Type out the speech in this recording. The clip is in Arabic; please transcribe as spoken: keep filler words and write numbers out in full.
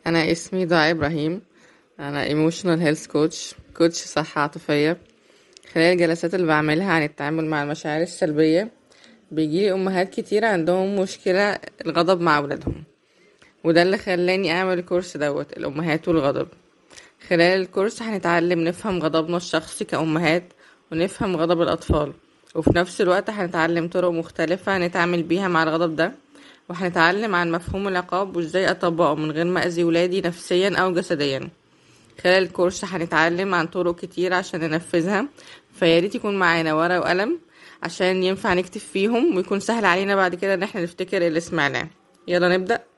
انا اسمي دعاء ابراهيم. انا emotional health coach كوتش صحة عاطفية. خلال الجلسات اللي بعملها عن التعامل مع المشاعر السلبية بيجيلي امهات كتير عندهم مشكلة الغضب مع اولادهم، وده اللي خلاني اعمل الكورس دوت الامهات والغضب. خلال الكورس هنتعلم نفهم غضبنا الشخصي كأمهات، ونفهم غضب الأطفال، وفي نفس الوقت هنتعلم طرق مختلفة نتعامل بيها مع الغضب ده، وهنتعلم عن مفهوم العقاب وازاي اطبقه من غير ما اذي ولادي نفسيا او جسديا. خلال الكورس هنتعلم عن طرق كتير عشان ننفذها، فياريت يكون معانا ورقة وقلم عشان ينفع نكتب فيهم ويكون سهل علينا بعد كده ان احنا نفتكر اللي سمعناه. يلا نبدأ.